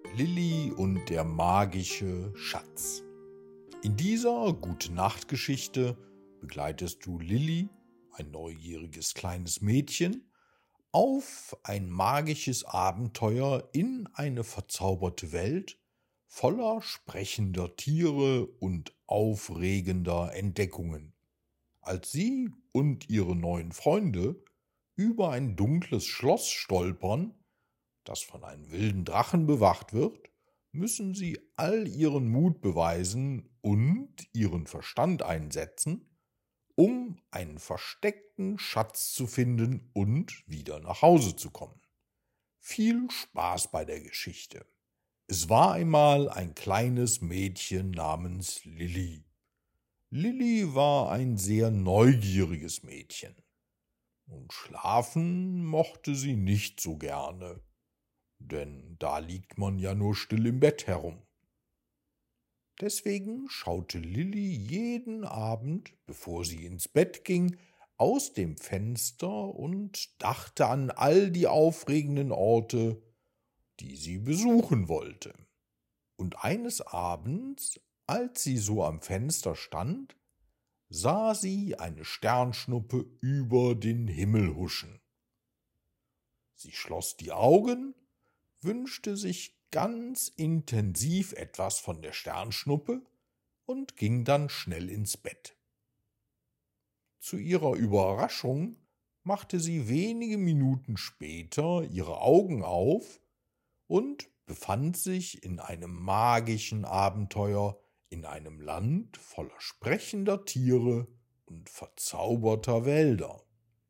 Lilli und der magische Schatz. In dieser Gute-Nacht-Geschichte begleitest du Lilli, ein neugieriges kleines Mädchen, auf ein magisches Abenteuer in eine verzauberte Welt voller sprechender Tiere und aufregender Entdeckungen. Als sie und ihre neuen Freunde über ein dunkles Schloss stolpern, das von einem wilden Drachen bewacht wird, müssen sie all ihren Mut beweisen und ihren Verstand einsetzen, um einen versteckten Schatz zu finden und wieder nach Hause zu kommen. Viel Spaß bei der Geschichte. Es war einmal ein kleines Mädchen namens Lilli. Lilli war ein sehr neugieriges Mädchen. Und schlafen mochte sie nicht so gerne, denn da liegt man ja nur still im Bett herum. Deswegen schaute Lilli jeden Abend, bevor sie ins Bett ging, aus dem Fenster und dachte an all die aufregenden Orte, die sie besuchen wollte. Und eines Abends, als sie so am Fenster stand, sah sie eine Sternschnuppe über den Himmel huschen. Sie schloss die Augen, wünschte sich ganz intensiv etwas von der Sternschnuppe und ging dann schnell ins Bett. Zu ihrer Überraschung machte sie wenige Minuten später ihre Augen auf und befand sich in einem magischen Abenteuer in einem Land voller sprechender Tiere und verzauberter Wälder.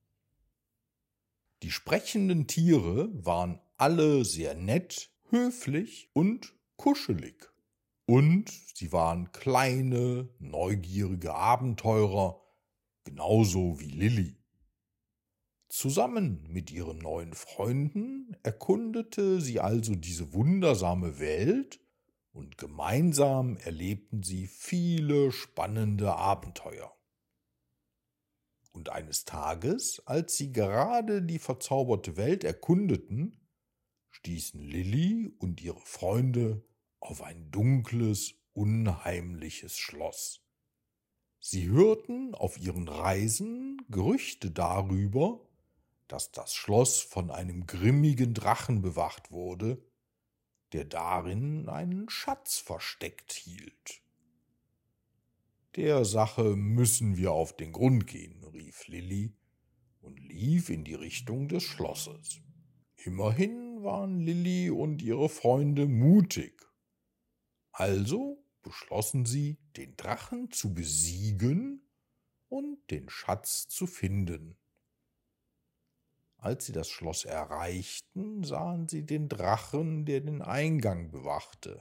Die sprechenden Tiere waren alle sehr nett, höflich und kuschelig. Und sie waren kleine, neugierige Abenteurer, genauso wie Lilli. Zusammen mit ihren neuen Freunden erkundete sie also diese wundersame Welt und gemeinsam erlebten sie viele spannende Abenteuer. Und eines Tages, als sie gerade die verzauberte Welt erkundeten, stießen Lilli und ihre Freunde auf ein dunkles, unheimliches Schloss. Sie hörten auf ihren Reisen Gerüchte darüber, dass das Schloss von einem grimmigen Drachen bewacht wurde, der darin einen Schatz versteckt hielt. »Der Sache müssen wir auf den Grund gehen«, rief Lilli und lief in die Richtung des Schlosses. Immerhin waren Lilli und ihre Freunde mutig. Also beschlossen sie, den Drachen zu besiegen und den Schatz zu finden. Als sie das Schloss erreichten, sahen sie den Drachen, der den Eingang bewachte.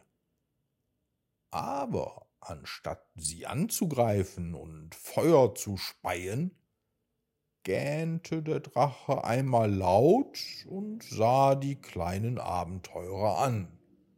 Aber anstatt sie anzugreifen und Feuer zu speien, gähnte der Drache einmal laut und sah die kleinen Abenteurer an.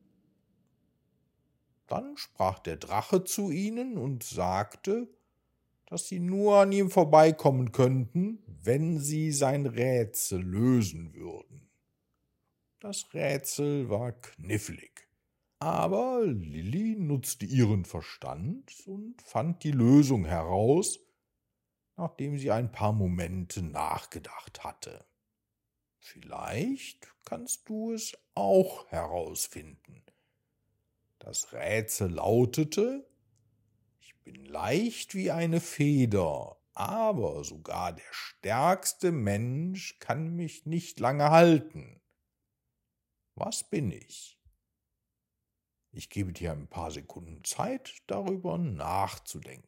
Dann sprach der Drache zu ihnen und sagte, dass sie nur an ihm vorbeikommen könnten, wenn sie sein Rätsel lösen würden. Das Rätsel war knifflig, aber Lilli nutzte ihren Verstand und fand die Lösung heraus, nachdem sie ein paar Momente nachgedacht hatte. Vielleicht kannst du es auch herausfinden. Das Rätsel lautete: Ich bin leicht wie eine Feder, aber sogar der stärkste Mensch kann mich nicht lange halten. Was bin ich? Ich gebe dir ein paar Sekunden Zeit, darüber nachzudenken.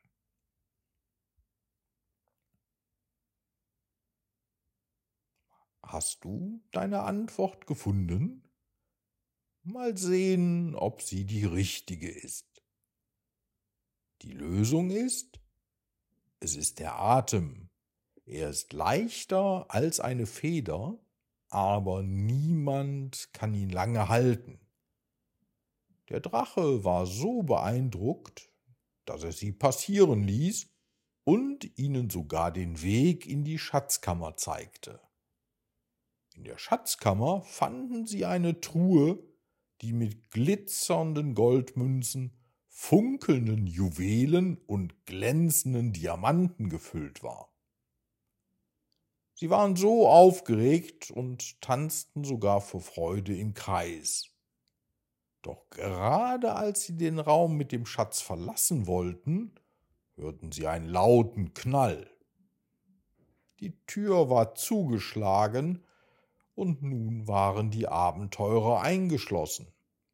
Hast du deine Antwort gefunden? Mal sehen, ob sie die richtige ist. Die Lösung ist: Es ist der Atem. Er ist leichter als eine Feder, aber niemand kann ihn lange halten. Der Drache war so beeindruckt, dass er sie passieren ließ und ihnen sogar den Weg in die Schatzkammer zeigte. In der Schatzkammer fanden sie eine Truhe, die mit glitzernden Goldmünzen, funkelnden Juwelen und glänzenden Diamanten gefüllt war. Sie waren so aufgeregt und tanzten sogar vor Freude im Kreis. Doch gerade als sie den Raum mit dem Schatz verlassen wollten, hörten sie einen lauten Knall. Die Tür war zugeschlagen, und nun waren die Abenteurer eingeschlossen.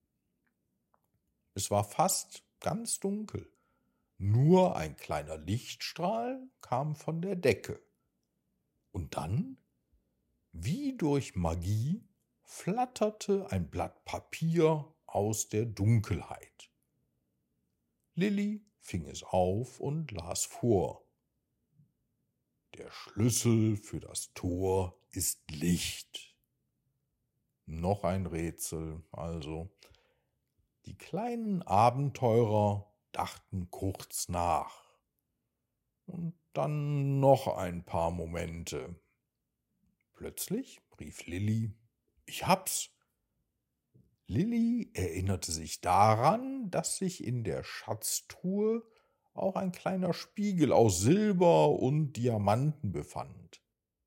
Es war fast ganz dunkel, nur ein kleiner Lichtstrahl kam von der Decke. Und dann, wie durch Magie, flatterte ein Blatt Papier aus der Dunkelheit. Lilli fing es auf und las vor. Der Schlüssel für das Tor ist Licht. Noch ein Rätsel, also. Die kleinen Abenteurer dachten kurz nach. Und dann noch ein paar Momente. Plötzlich rief Lilli: »Ich hab's!« Lilli erinnerte sich daran, dass sich in der Schatztruhe auch ein kleiner Spiegel aus Silber und Diamanten befand.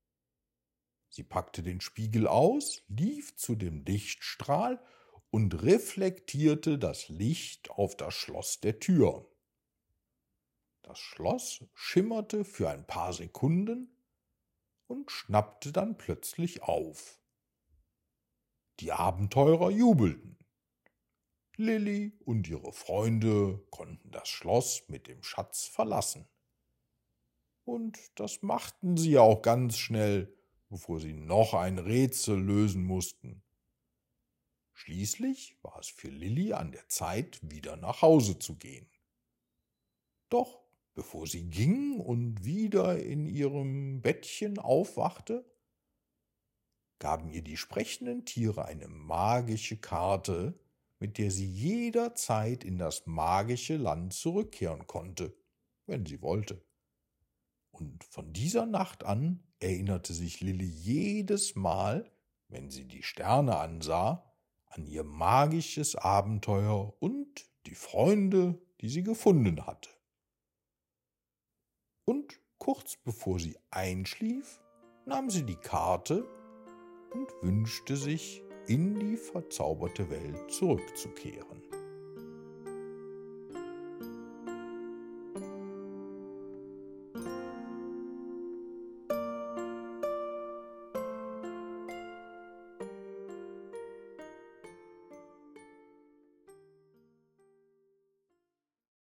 Sie packte den Spiegel aus, lief zu dem Lichtstrahl und reflektierte das Licht auf das Schloss der Tür. Das Schloss schimmerte für ein paar Sekunden und schnappte dann plötzlich auf. Die Abenteurer jubelten. Lilli und ihre Freunde konnten das Schloss mit dem Schatz verlassen. Und das machten sie auch ganz schnell, bevor sie noch ein Rätsel lösen mussten. Schließlich war es für Lilli an der Zeit, wieder nach Hause zu gehen. Doch bevor sie ging und wieder in ihrem Bettchen aufwachte, gaben ihr die sprechenden Tiere eine magische Karte, mit der sie jederzeit in das magische Land zurückkehren konnte, wenn sie wollte. Und von dieser Nacht an erinnerte sich Lilli jedes Mal, wenn sie die Sterne ansah, an ihr magisches Abenteuer und die Freunde, die sie gefunden hatte. Und kurz bevor sie einschlief, nahm sie die Karte und wünschte sich, in die verzauberte Welt zurückzukehren.